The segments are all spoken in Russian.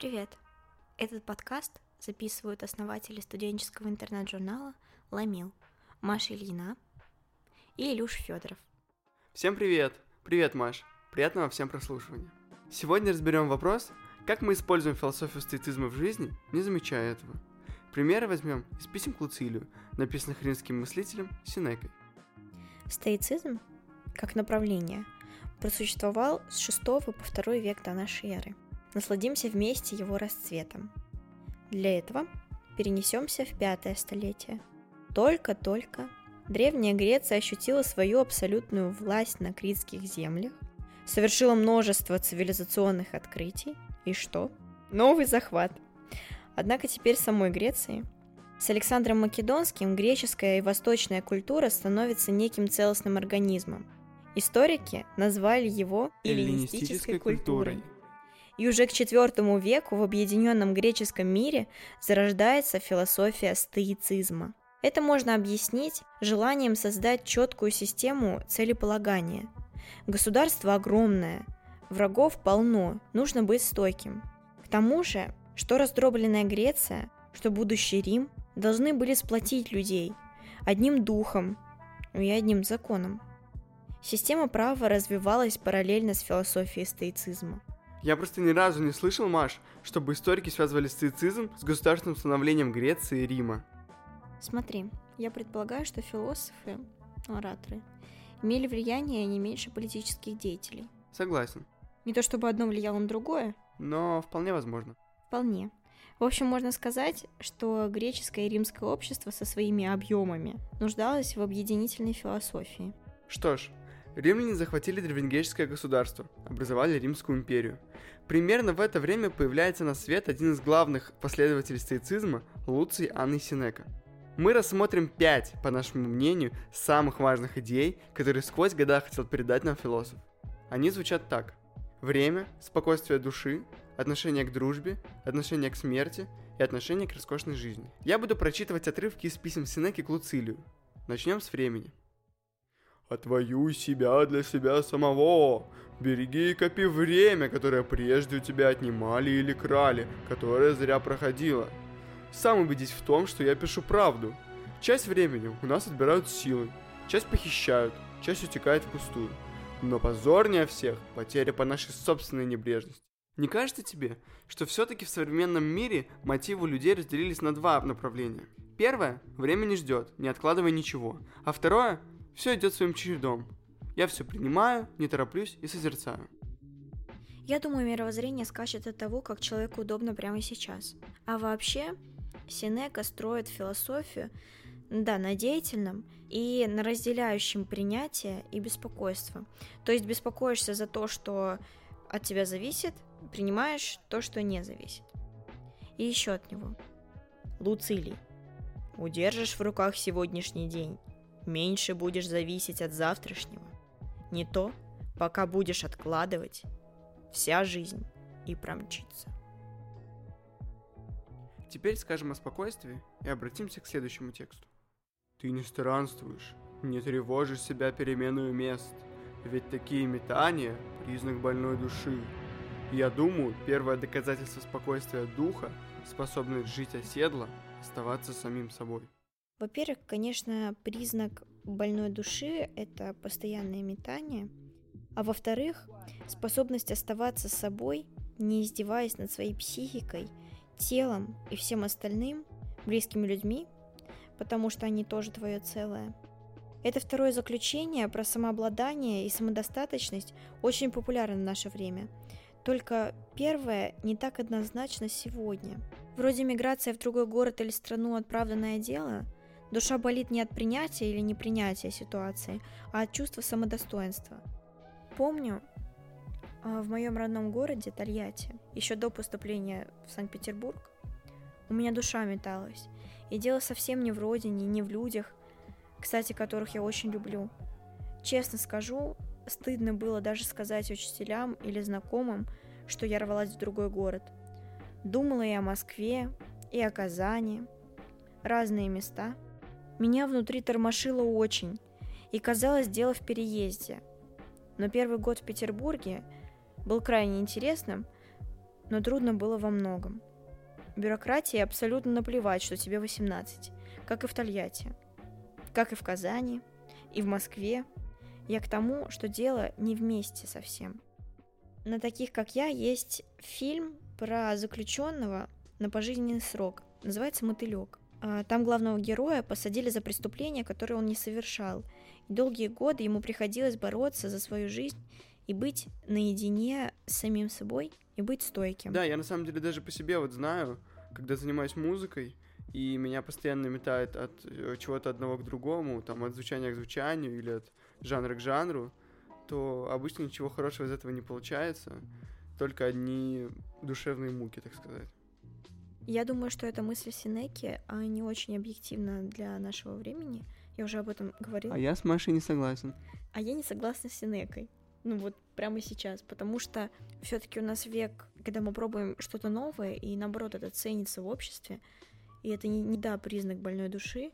Привет! Этот подкаст записывают основатели студенческого интернет-журнала «Ламил» Маша Ильина и Илюша Федоров. Всем привет! Привет, Маш! Приятного всем прослушивания. Сегодня разберем вопрос, как мы используем философию стоицизма в жизни, не замечая этого. Примеры возьмем из писем к Луцилию, написанных римским мыслителем Сенекой. Стоицизм, как направление, просуществовал с VI по II век до нашей эры. Насладимся вместе его расцветом. Для этого перенесемся в 5 столетие. Только-только Древняя Греция ощутила свою абсолютную власть на критских землях, совершила множество цивилизационных открытий, и что? Новый захват. Однако теперь самой Греции с Александром Македонским греческая и восточная культура становится неким целостным организмом. Историки назвали его эллинистической культурой. И уже к IV веку в объединенном греческом мире зарождается философия стоицизма. Это можно объяснить желанием создать четкую систему целеполагания. Государство огромное, врагов полно, нужно быть стойким. К тому же, что раздробленная Греция, что будущий Рим должны были сплотить людей одним духом и одним законом. Система права развивалась параллельно с философией стоицизма. Я просто ни разу не слышал, Маш, чтобы историки связывали стоицизм с государственным становлением Греции и Рима. Смотри, я предполагаю, что философы, ораторы, имели влияние не меньше политических деятелей. Согласен. Не то чтобы одно влияло на другое. Но вполне возможно. Вполне. В общем, можно сказать, что греческое и римское общество со своими объемами нуждалось в объединительной философии. Что ж, римляне захватили древнегреческое государство, образовали Римскую империю. Примерно в это время появляется на свет один из главных последователей стоицизма Луций Анной Сенека. Мы рассмотрим 5, по нашему мнению, самых важных идей, которые сквозь года хотел передать нам философ. Они звучат так. Время, спокойствие души, отношение к дружбе, отношение к смерти и отношение к роскошной жизни. Я буду прочитывать отрывки из писем Сенеки к Луцилию. Начнем с времени. «Отвоюй себя для себя самого, береги и копи время, которое прежде у тебя отнимали или крали, которое зря проходило. Сам убедись в том, что я пишу правду. Часть времени у нас отбирают силой, часть похищают, часть утекает впустую. Но позорнее всех потеря по нашей собственной небрежности. Не кажется тебе, что все-таки в современном мире мотивы людей разделились на 2 направления? Первое – время не ждет, не откладывай ничего. А второе – все идет своим чередом. Я все принимаю, не тороплюсь и созерцаю. Я думаю, мировоззрение скачет от того, как человеку удобно прямо сейчас. А вообще, Сенека строит философию, на деятельном и на разделяющем принятие и беспокойство. То есть беспокоишься за то, что от тебя зависит, принимаешь то, что не зависит. И еще от него. Луцилий. Удержишь в руках сегодняшний день, меньше будешь зависеть от завтрашнего. Не то, пока будешь откладывать, вся жизнь и промчится. Теперь скажем о спокойствии и обратимся к следующему тексту. Ты не странствуешь, не тревожишь себя переменою мест, ведь такие метания – признак больной души. Я думаю, первое доказательство спокойствия духа – способность жить оседло, оставаться самим собой. Во-первых, конечно, признак больной души – это постоянное метание, а во-вторых, способность оставаться собой, не издеваясь над своей психикой, телом и всем остальным, близкими людьми, потому что они тоже твое целое. Это второе заключение про самообладание и самодостаточность очень популярно в наше время. Только первое не так однозначно сегодня. Вроде миграция в другой город или страну – оправданное дело, душа болит не от принятия или непринятия ситуации, а от чувства самодостоинства. Помню, в моем родном городе Тольятти, еще до поступления в Санкт-Петербург, у меня душа металась. И дело совсем не в родине, не в людях, кстати, которых я очень люблю. Честно скажу, стыдно было даже сказать учителям или знакомым, что я рвалась в другой город. Думала и о Москве, и о Казани. Разные места. Меня внутри тормошило очень, и казалось, дело в переезде. Но первый год в Петербурге был крайне интересным, но трудно было во многом. Бюрократии абсолютно наплевать, что тебе 18, как и в Тольятти, как и в Казани, и в Москве. Я к тому, что дело не вместе совсем. На таких, как я, есть фильм про заключенного на пожизненный срок. Называется «Мотылек». Там главного героя посадили за преступление, которое он не совершал. И долгие годы ему приходилось бороться за свою жизнь и быть наедине с самим собой и быть стойким. Да, я на самом деле даже по себе вот знаю, когда занимаюсь музыкой, и меня постоянно метает от чего-то одного к другому, там, от звучания к звучанию или от жанра к жанру, то обычно ничего хорошего из этого не получается, только одни душевные муки, так сказать. Я думаю, что это мысль Сенеки, а не очень объективна для нашего времени. Я уже об этом говорила. А я с Машей не согласен. А я не согласна с Сенекой. Ну вот прямо сейчас, потому что все-таки у нас век, когда мы пробуем что-то новое, и наоборот это ценится в обществе, и это не признак больной души.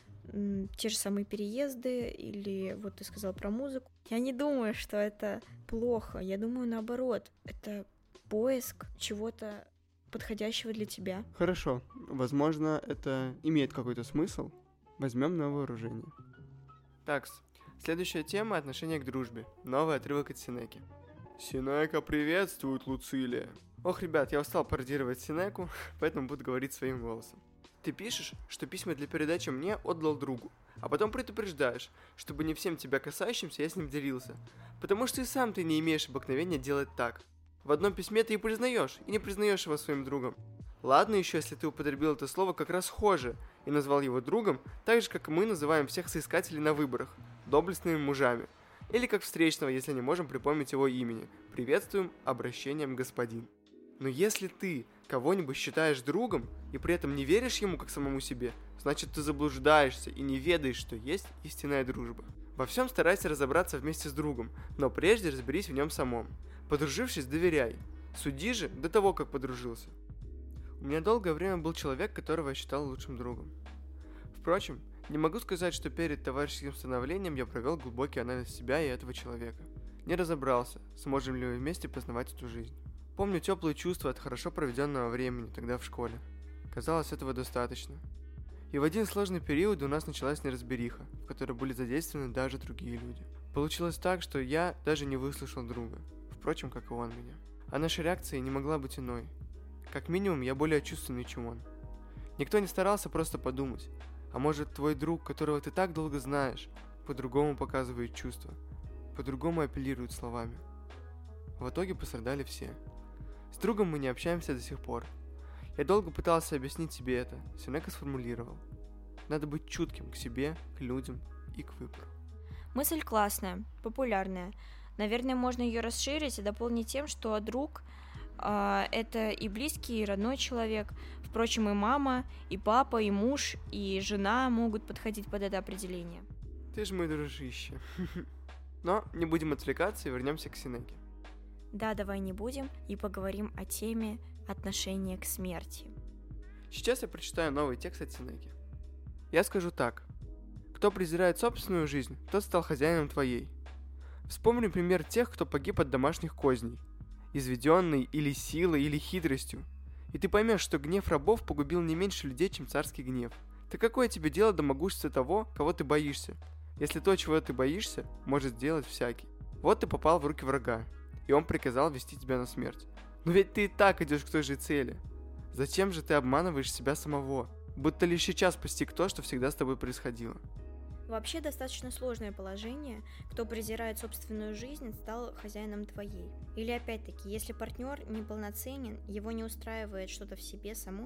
Те же самые переезды, или вот ты сказал про музыку. Я не думаю, что это плохо. Я думаю, наоборот, это поиск чего-то подходящего для тебя. Хорошо, возможно, это имеет какой-то смысл. Возьмем на вооружение. Так, следующая тема — отношение к дружбе. Новый отрывок от Сенеки. Сенека приветствует, Луцилия. Ох, ребят, я устал пародировать Сенеку, поэтому буду говорить своим голосом. Ты пишешь, что письма для передачи мне отдал другу, а потом предупреждаешь, чтобы не всем тебя касающимся я с ним делился, потому что и сам ты не имеешь обыкновения делать так. В одном письме ты и признаешь, и не признаешь его своим другом. Ладно еще, если ты употребил это слово как расхоже и назвал его другом, так же, как мы называем всех соискателей на выборах, доблестными мужами. Или как встречного, если не можем припомнить его имени, приветствуем обращением господин. Но если ты кого-нибудь считаешь другом и при этом не веришь ему как самому себе, значит ты заблуждаешься и не ведаешь, что есть истинная дружба. Во всем старайся разобраться вместе с другом, но прежде разберись в нем самом. Подружившись, доверяй. Суди же до того, как подружился. У меня долгое время был человек, которого я считал лучшим другом. Впрочем, не могу сказать, что перед товарищеским становлением я провел глубокий анализ себя и этого человека. Не разобрался, сможем ли мы вместе познавать эту жизнь. Помню теплые чувства от хорошо проведенного времени тогда в школе. Казалось, этого достаточно. И в один сложный период у нас началась неразбериха, в которой были задействованы даже другие люди. Получилось так, что я даже не выслушал друга, впрочем, как и он меня. А наша реакция не могла быть иной. Как минимум, я более чувственный, чем он. Никто не старался просто подумать. А может, твой друг, которого ты так долго знаешь, по-другому показывает чувства, по-другому апеллирует словами. В итоге пострадали все. С другом мы не общаемся до сих пор. Я долго пытался объяснить себе это. Сенека сформулировал. Надо быть чутким к себе, к людям и к выбору. Мысль классная, популярная. Наверное, можно ее расширить и дополнить тем, что друг это и близкий, и родной человек. Впрочем, и мама, и папа, и муж, и жена могут подходить под это определение. Ты же мой дружище. Но не будем отвлекаться и вернемся к Сенеке. Да, давай не будем и поговорим о теме отношения к смерти. Сейчас я прочитаю новый текст от Сенеки. Я скажу так. Кто презирает собственную жизнь, тот стал хозяином твоей. Вспомни пример тех, кто погиб от домашних козней, изведенный или силой, или хитростью. И ты поймешь, что гнев рабов погубил не меньше людей, чем царский гнев. Так какое тебе дело до могущества того, кого ты боишься, если то, чего ты боишься, может сделать всякий? Вот ты попал в руки врага, и он приказал вести тебя на смерть. Но ведь ты и так идешь к той же цели. Зачем же ты обманываешь себя самого? Будто лишь сейчас постиг то, что всегда с тобой происходило. Вообще достаточно сложное положение. Кто презирает собственную жизнь, стал хозяином твоей. Или опять-таки, если партнер неполноценен, его не устраивает что-то в себе самом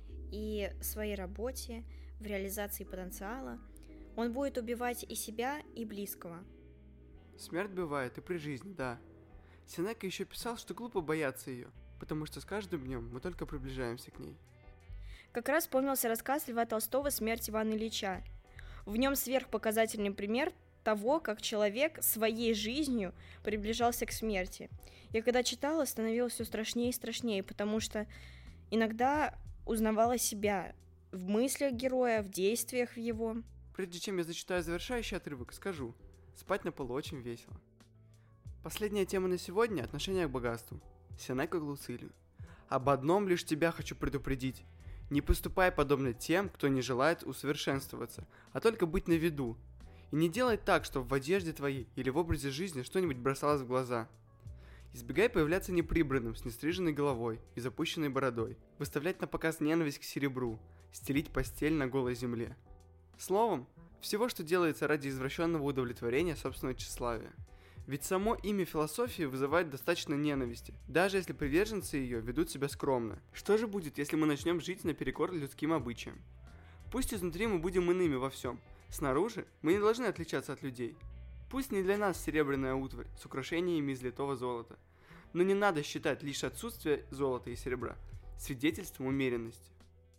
и в своей работе, в реализации потенциала, он будет убивать и себя, и близкого. Смерть бывает и при жизни, да. Сенека еще писал, что глупо бояться ее, потому что с каждым днем мы только приближаемся к ней. Как раз вспомнился рассказ Льва Толстого «Смерть Ивана Ильича». В нем сверхпоказательный пример того, как человек своей жизнью приближался к смерти. Я когда читала, становилось все страшнее и страшнее, потому что иногда узнавала себя в мыслях героя, в действиях его. Прежде чем я зачитаю завершающий отрывок, скажу, спать на полу очень весело. Последняя тема на сегодня – отношение к богатству. Сенека к Луцилию. Об одном лишь тебя хочу предупредить. Не поступай подобно тем, кто не желает усовершенствоваться, а только быть на виду. И не делай так, чтобы в одежде твоей или в образе жизни что-нибудь бросалось в глаза. Избегай появляться неприбранным, с нестриженной головой и запущенной бородой, выставлять на показ ненависть к серебру, стелить постель на голой земле. Словом, всего, что делается ради извращенного удовлетворения собственного тщеславия. Ведь само имя философии вызывает достаточно ненависти, даже если приверженцы ее ведут себя скромно. Что же будет, если мы начнем жить наперекор людским обычаям? Пусть изнутри мы будем иными во всем, снаружи мы не должны отличаться от людей. Пусть не для нас серебряная утварь с украшениями из литого золота, но не надо считать лишь отсутствие золота и серебра свидетельством умеренности.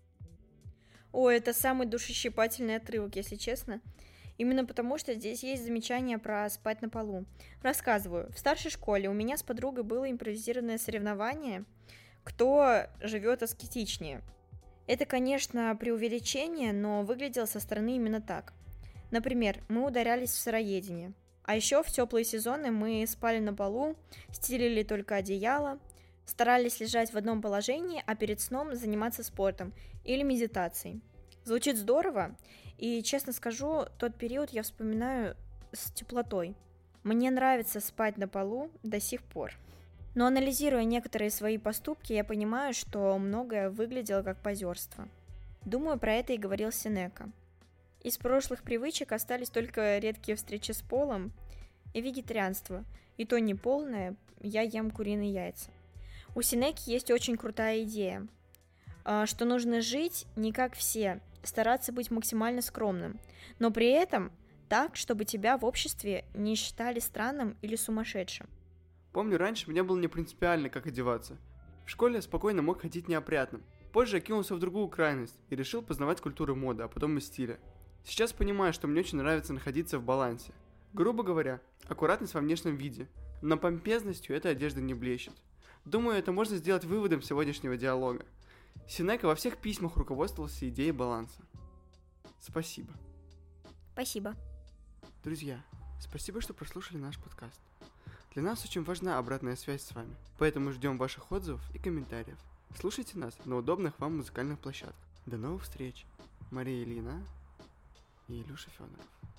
Ой, это самый душещипательный отрывок, если честно. Именно потому, что здесь есть замечание про спать на полу. Рассказываю. В старшей школе у меня с подругой было импровизированное соревнование, кто живет аскетичнее. Это, конечно, преувеличение, но выглядело со стороны именно так. Например, мы ударялись в сыроедение. А еще в теплые сезоны мы спали на полу, стелили только одеяло, старались лежать в одном положении, а перед сном заниматься спортом или медитацией. Звучит здорово, и, честно скажу, тот период я вспоминаю с теплотой. Мне нравится спать на полу до сих пор. Но анализируя некоторые свои поступки, я понимаю, что многое выглядело как позерство. Думаю, про это и говорил Сенека. Из прошлых привычек остались только редкие встречи с полом и вегетарианство. И то не полное, я ем куриные яйца. У Сенеки есть очень крутая идея, что нужно жить не как все, стараться быть максимально скромным, но при этом так, чтобы тебя в обществе не считали странным или сумасшедшим. Помню, раньше мне было не принципиально, как одеваться. В школе я спокойно мог ходить неопрятным. Позже я кинулся в другую крайность и решил познавать культуру моды, а потом и стиля. Сейчас понимаю, что мне очень нравится находиться в балансе. Грубо говоря, аккуратность во внешнем виде, но помпезностью эта одежда не блещет. Думаю, это можно сделать выводом сегодняшнего диалога. Сенека во всех письмах руководствовался идеей баланса. Спасибо. Спасибо. Друзья, спасибо, что прослушали наш подкаст. Для нас очень важна обратная связь с вами, поэтому ждем ваших отзывов и комментариев. Слушайте нас на удобных вам музыкальных площадках. До новых встреч. Мария Ильина и Илюша Федоров.